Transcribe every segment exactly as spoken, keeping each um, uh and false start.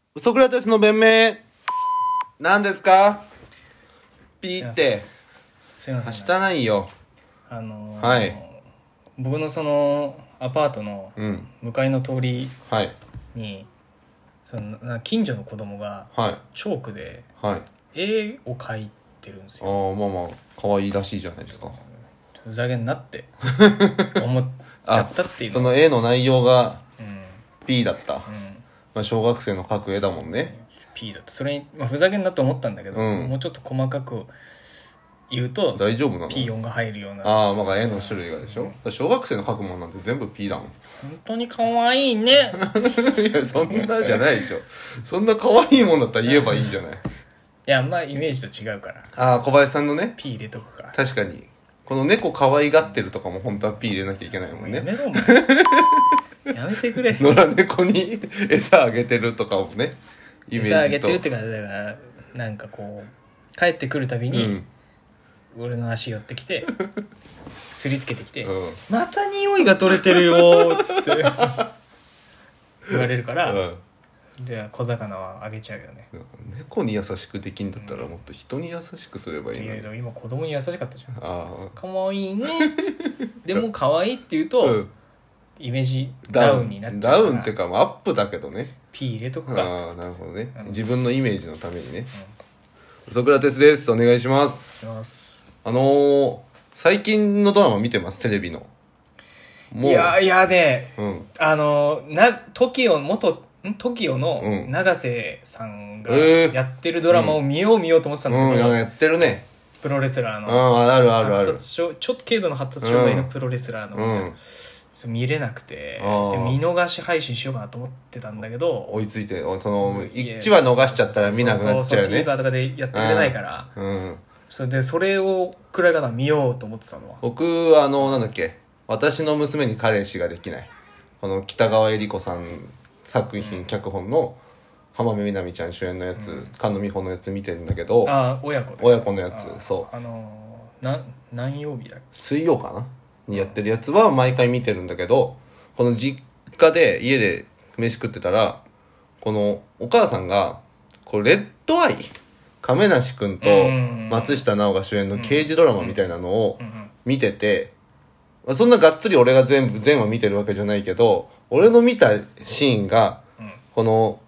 ソクラテスの弁明何ですか？ピーってすいません。 明日ないよ。 あのー、 はい僕のそのアパートのうん向かいの通りはいに、そのな近所の子供がはいチョークではい絵を描いてるんですあよ。 あまあまあ可愛いらしいじゃないですか。 ふざけんなって思っちゃったっていうその絵の内容がうん P だった、 うんまあ、小学生の描く絵だもんね。 P だってそれに、まあ、ふざけんなと思ったんだけど、 うんもうちょっと細かく言うと大丈夫なの？ P 音が入るような。 ああまあ絵の種類がでしょ、小学生の描くものなんて全部 P だもん本当に可愛いねいやそんなじゃないでしょ。そんな可愛いもんだったら言えばいいじゃない。 いやまあイメージと違うからああ小林さんのね P 入れとくか。 確かにこの猫可愛がってるとかも本当は P 入れなきゃいけないもんね。 やめろもうやめてくれ。 野良猫に餌あげてるとかもねイメージと餌あげてるってかだからなんかこう帰ってくるたびに、 うん俺の足寄ってきてすりつけてきて、 うんまた匂いが取れてるよーっつって言われるから、 うんじゃあ小魚はあげちゃうよね。 猫に優しくできんだったらもっと人に優しくすればいいのに。 いやいや今子供に優しかったじゃん。 あ可愛いねっつってでも可愛いって言うあ、 と、 うん、 イメージダウンになっちゃうからダウンっていうかまあアップだけどね。 P 入れとくか。 ああなるほどね、 うん自分のイメージのためにね。ソクラテスです。お願いします。 いきます。 あのー、最近のドラマ見てます？テレビのもういやいやね、 うんあのな トキオ 元ん トキオ のうん永瀬さんがえーやってるドラマを見よう見ようと思ってたんだうんけど、 やってるね。 プロレスラーうんのあるあるある発達障ちょっと軽度の発達障害のプロレスラーの、 うんそう見れなくて、 あーで見逃し配信しようかなと思ってたんだけど、 追いついてそのいやいちわ逃しちゃったら見なくなっちゃうよそうそうそうね。 TVer とかでやってくれないから、 うんそれでそれをくらいかな見ようと思ってたのは。 僕あのなんだっけ私の娘に彼氏ができないこの北川恵理子さん作品、脚本の浜辺美波ちゃん主演のやつ、 うん菅野美穂のやつ見てるんだけど、 ああ親子で親子のやつあーそうあのーな何曜日だっけ。 水曜かなにやってるやつは毎回見てるんだけど、この実家で家で飯食ってたらこのお母さんがこうレッドアイ亀梨君と松下奈緒が主演の刑事ドラマみたいなのをうんうん見てて、まあそんながっつり俺が全部全話見てるわけじゃないけど、俺の見たシーンがうんこの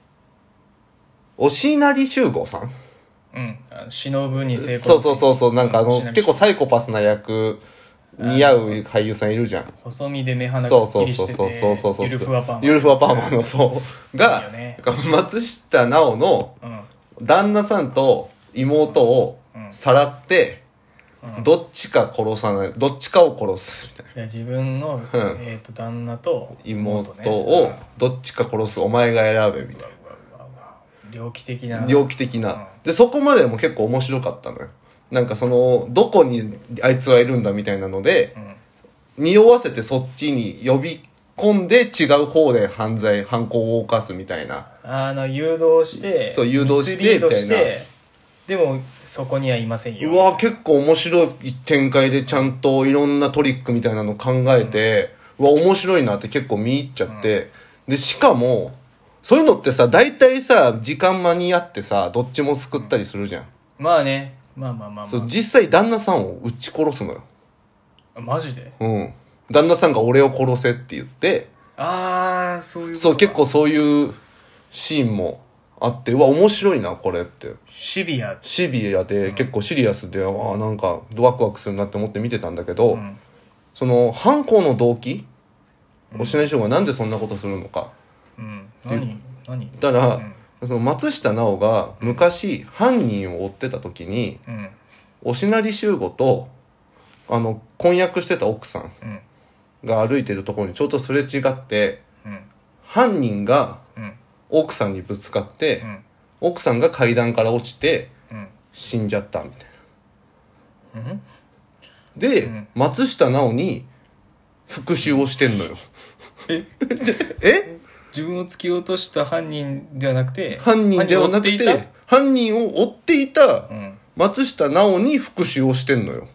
押成修吾さん、 うんあの忍に成功。 そうそうそうそうなんかあの忍び結構サイコパスな役似合う俳優さんいるじゃん。 細身で目鼻そうそうくっきりしてそうそうそうそうてゆるふわパーマゆるふわパーマのそうがいいよね松下奈緒のうん旦那さんと妹をうんさらって、 うんどっちか殺さないどっちかを殺すみたいな。 で自分の、 うんえー、と旦那と妹ねをどっちか殺すお前が選べみたいうんうわうわうわ猟奇的なな猟奇的な、 うんでそこまでも結構面白かったのよ。なんかそのどこにあいつはいるんだみたいなのでうん匂わせてそっちに呼び込んで違う方で犯罪犯行を犯すみたいな。 あの誘導してそう誘導してミスリードみたいなしてでもそこにはいませんよ。 うわ結構面白い展開でちゃんといろんなトリックみたいなの考えて、うわ面白いなって結構見入っちゃって、でしかもそういうのってさ大体さ時間間に合ってさどっちも救ったりするじゃん、 まあねまあまあまあまあそう実際旦那さんを撃ち殺すのよ。 マジでうん旦那さんが俺を殺せって言ってああそういうことそう結構そういうシーンもあって、うわ面白いなこれって。 シビアシビアで、結構シリアスで、ああなんかワクワクするなって思って見てたんだけど、 うんその犯行の動機押成翔がなんでそんなことするのかうんていう何何言ったら、 うんその松下奈緒が昔犯人を追ってた時にうん押成修吾とあの婚約してた奥さんうんが歩いてるところにちょうどすれ違ってうん犯人がうん奥さんにぶつかって、 うん奥さんが階段から落ちてうん死んじゃったみたいな。 うんで、 うん松下奈緒に復讐をしてんのよ。 ええ自分を突き落とした犯人ではなくて犯人ではなくて犯人を追っていた犯人を追っていたうん松下奈緒に復讐をしてんのよ。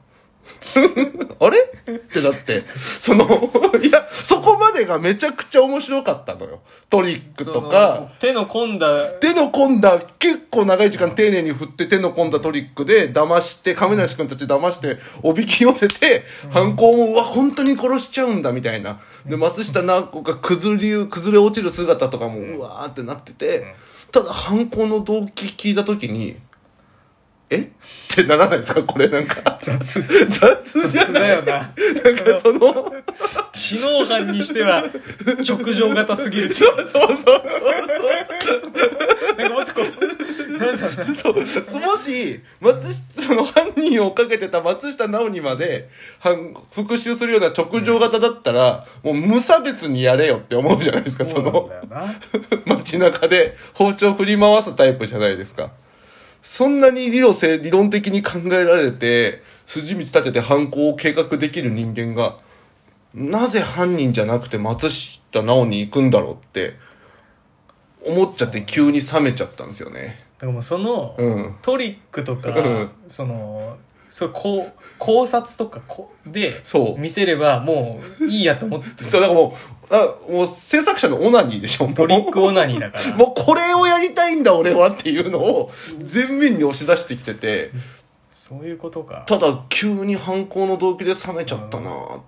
あれってなって、そのいやそこまでがめちゃくちゃ面白かったのよ。トリックとか手の込んだ手の込んだ結構長い時間丁寧に振って手の込んだトリックで騙して亀梨君たち騙しておびき寄せて、うん、犯行もうわ本当に殺しちゃうんだみたいなで松下奈緒子が崩れ崩れ落ちる姿とかもうわーってなってて、うん、ただ犯行の動機聞いた時にえってならないですかこれなんか雑雑じゃないだよな。 なんかその知能犯にしては直情型すぎる。 そうそうそうそうなんかもっとこうなんだろうな。 そうもし松下その犯人を追っかけてた松下奈緒にまで復讐するような直情型だったら、うん、もう無差別にやれよって思うじゃないですか。その街中で包丁振り回すタイプじゃないですか。そんなに理論性理論的に考えられて筋道立てて犯行を計画できる人間がなぜ犯人じゃなくて松下奈緒に行くんだろうって思っちゃって急に冷めちゃったんですよね。 だからもうその、うん、トリックとか、うん、そのそうこう考察とかこで見せればもういいやと思ってそうだからもうあもう制作者のオナニーでしょ。 トリックオナニーだからもうこれをやりたいんだ俺はっていうのを全面に押し出してきててそういうことか。 ただ急に犯行の動機で冷めちゃったなって、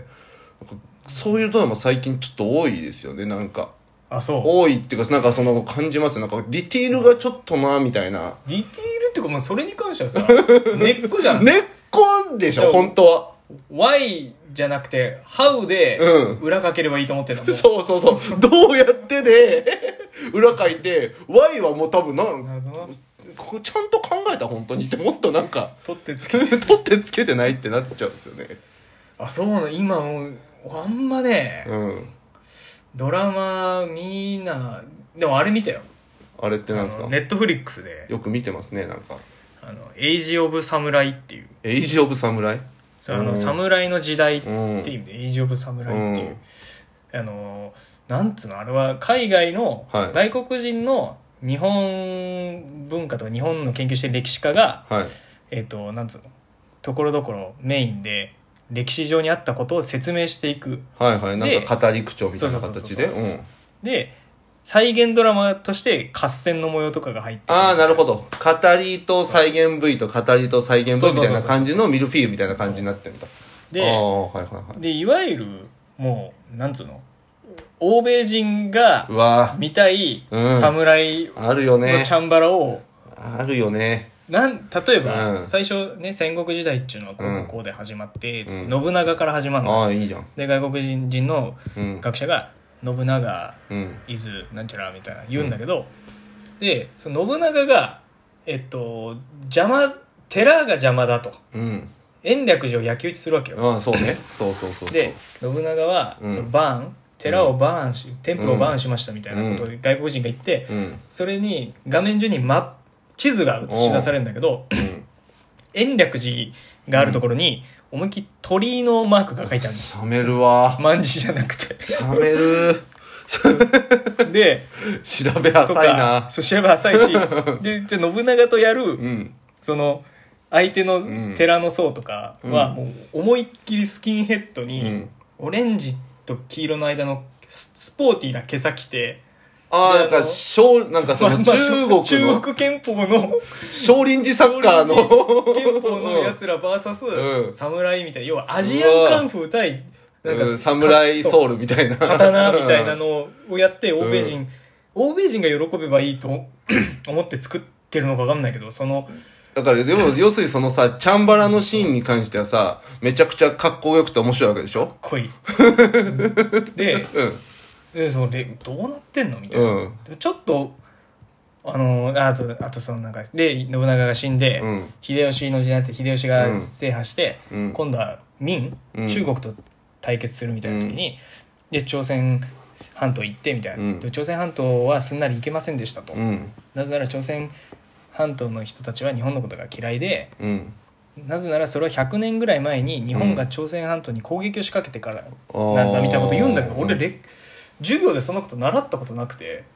うん、そういうドラマ最近ちょっと多いですよね。なんかあそう多いっていうかなんかその感じますよ。なんかディティールがちょっとなみたいな。 ディティールっていうかもうそれに関してはさ根っこじゃん。 根っこでしょ本当は。 Why じゃなくて How で裏かければいいと思ってた、うん、 そうそうそうどうやってで裏書いて Why はもう多分なちゃんと考えた本当にってもっとなんか取ってつけて取ってつけてないってなっちゃうんですよね。 あそうなの。今もうあんまね、うん、ドラマ見なでもあれ見たよ。 あれってなんですか。 ネットフリックスでよく見てますね。なんかあのエイジ・オブ・サムライっていうエイジ・オブ・サムライあの、うん、侍の時代っていう意味で、うん、エイジ・オブ・サムライっていう、うん、あのなんつうのあれは海外の、はい、外国人の日本文化とか日本の研究してる歴史家が、はい、えっとなんつうのところどころメインで歴史上にあったことを説明していく。 はいはい。なんか語り口調みたいな形で。 で再現ドラマとして合戦の模様とかが入ってああなるほど。語りと再現 V と語りと再現 V みたいな感じのミルフィーユみたいな感じになってるんだ。 で、あ、はいはいはい、でいわゆるもうなんつうの欧米人が見たい侍のチャンバラを、 うん、あるよね。 なん例えば、うん、最初ね戦国時代っていうのはこうこうで始まって、うん、信長から始まるの。 ああいいじゃん。 で外国人の学者が、うん、信長、うん、伊豆なんちゃらみたいな言うんだけど、うん、でその信長がえっと邪魔寺が邪魔だと、うん、延暦寺を焼き討ちするわけよ。 ああそうね。そうそうそうそう。 で信長は、うん、そのバーン寺をバーンし、うん、テンプルをバーンしましたみたいなことを外国人が言って、うん、それに画面中にマップ地図が映し出されるんだけど、うん、延暦寺があるところに思いっきり鳥居のマークが書いてあるん冷めるわ。 万字じゃなくて冷めるで調べ浅いな。 そう調べ浅いしでじゃあ信長とやる、うん、その相手の寺の僧とかはもう思いっきりスキンヘッドに、うん、オレンジと黄色の間のスポーティーな毛先着てああ、なんか、小、なんかその中国の、 中国憲法の、 少林寺サッカーの、 憲法の奴らバーサス、侍みたいな、要はアジアンカンフー対、 なんか、侍ソウルみたいな。 刀みたいなのをやって、欧米人、欧米人が喜べばいいと思って作ってるのかわかんないけど、その、 だから、でも、要するにそのさ、チャンバラのシーンに関してはさ、めちゃくちゃかっこよくて面白いわけでしょ？ かっこいい。で、うんでそれどうなってんのみたいな、うん、ちょっとあのあとあとそのなんかで信長が死んで、うん、秀吉の時代になって秀吉が制覇して、うん、今度は明、うん、中国と対決するみたいな時に、うん、で朝鮮半島行ってみたいな、うん、で朝鮮半島はすんなり行けませんでしたと、うん、なぜなら朝鮮半島の人たちは日本のことが嫌いで、うん、なぜならそれはひゃくねんぐらい前に日本が朝鮮半島に攻撃を仕掛けてからなんだみたいなこと言うんだけど、俺レ授業でそんなこと習ったことなくて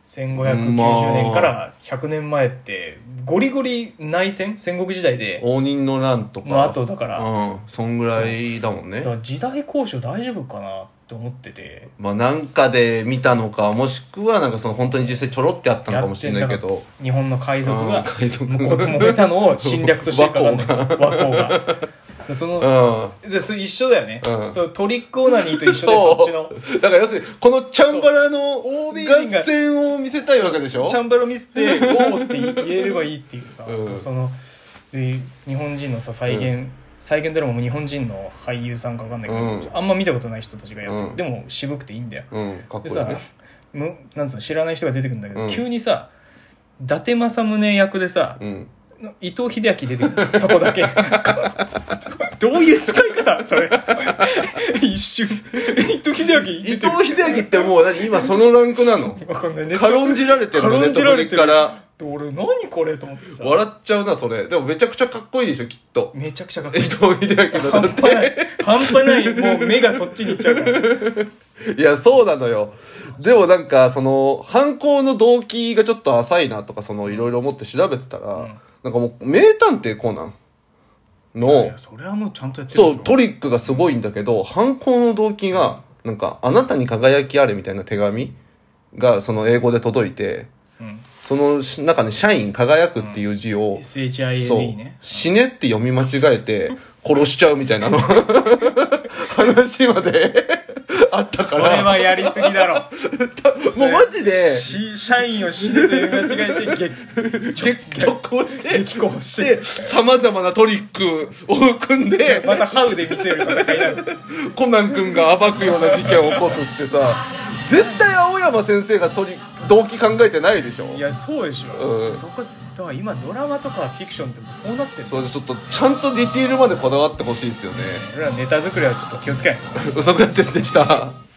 せんごひゃくきゅうじゅうねんからひゃくねんまえってゴリゴリ内戦戦国時代で応仁の乱とかの後だから、 うん、そんぐらいだもんね。 だから時代交渉大丈夫かなって思ってて、 まあなんかで見たのか、もしくはなんかその本当に実際ちょろってあったのかもしれないけど、 日本の海賊が海賊向こうと揉めたのを侵略としてかかんない和光がその、うん、でそれ一緒だよね、うん、そのトリックオナニーと一緒でそっちのだから要するにこのチャンバラの合戦を見せたいわけでしょ。 チャンバラを見せてゴーって言えればいいっていうさ、うん、そので日本人のさ再現、うん、再現ドラマも日本人の俳優さんか分かんないけど、うん、あんま見たことない人たちがやってる、うん、でも渋くていいんだよ、 うん、かっこいいね。 でさむなんつうの知らない人が出てくるんだけど、うん、急にさ伊達政宗役でさ、うん伊藤英明出てくるそこだけどういう使い方それ一瞬伊藤英明伊藤英明ってもう何今そのランクなの軽んじられてるのね。軽んじられてるから俺何これと思ってさ笑っちゃうなそれ。でもめちゃくちゃかっこいいでしょきっと。 めちゃくちゃかっこいい伊藤英明の半端ない半端ないもう目がそっちに行っちゃうからいやそうなのよ。でもなんかその犯行の動機がちょっと浅いなとかそのいろいろ思って調べてたら、うんなんかもう名探偵コナンのいやそれはもうちゃんとやってるでしょ。 そうトリックがすごいんだけど、犯行の動機がなんかあなたに輝きあれみたいな手紙がその英語で届いて、うん、その中に社員輝くっていう字を、 うん、エスエイチアイエヌイー ね死ねって読み間違えて殺しちゃうみたいなの話まであったから。 それはやりすぎだろもうマジで社員を死ねと読み間違えて激特攻して激高してさまざまなトリックを組んでまたハウで見せる戦いなのコナン君が暴くような事件を起こすってさ絶対青山先生がトリ動機考えてないでしょ。 いやそうでしょ、うん、そこだから今ドラマとかフィクションってもそうなってる。 そうでちょっとちゃんとディティールまでこだわってほしいですよね。 俺らネタ作りはちょっと気をつけないと。 ウソクラテスでした。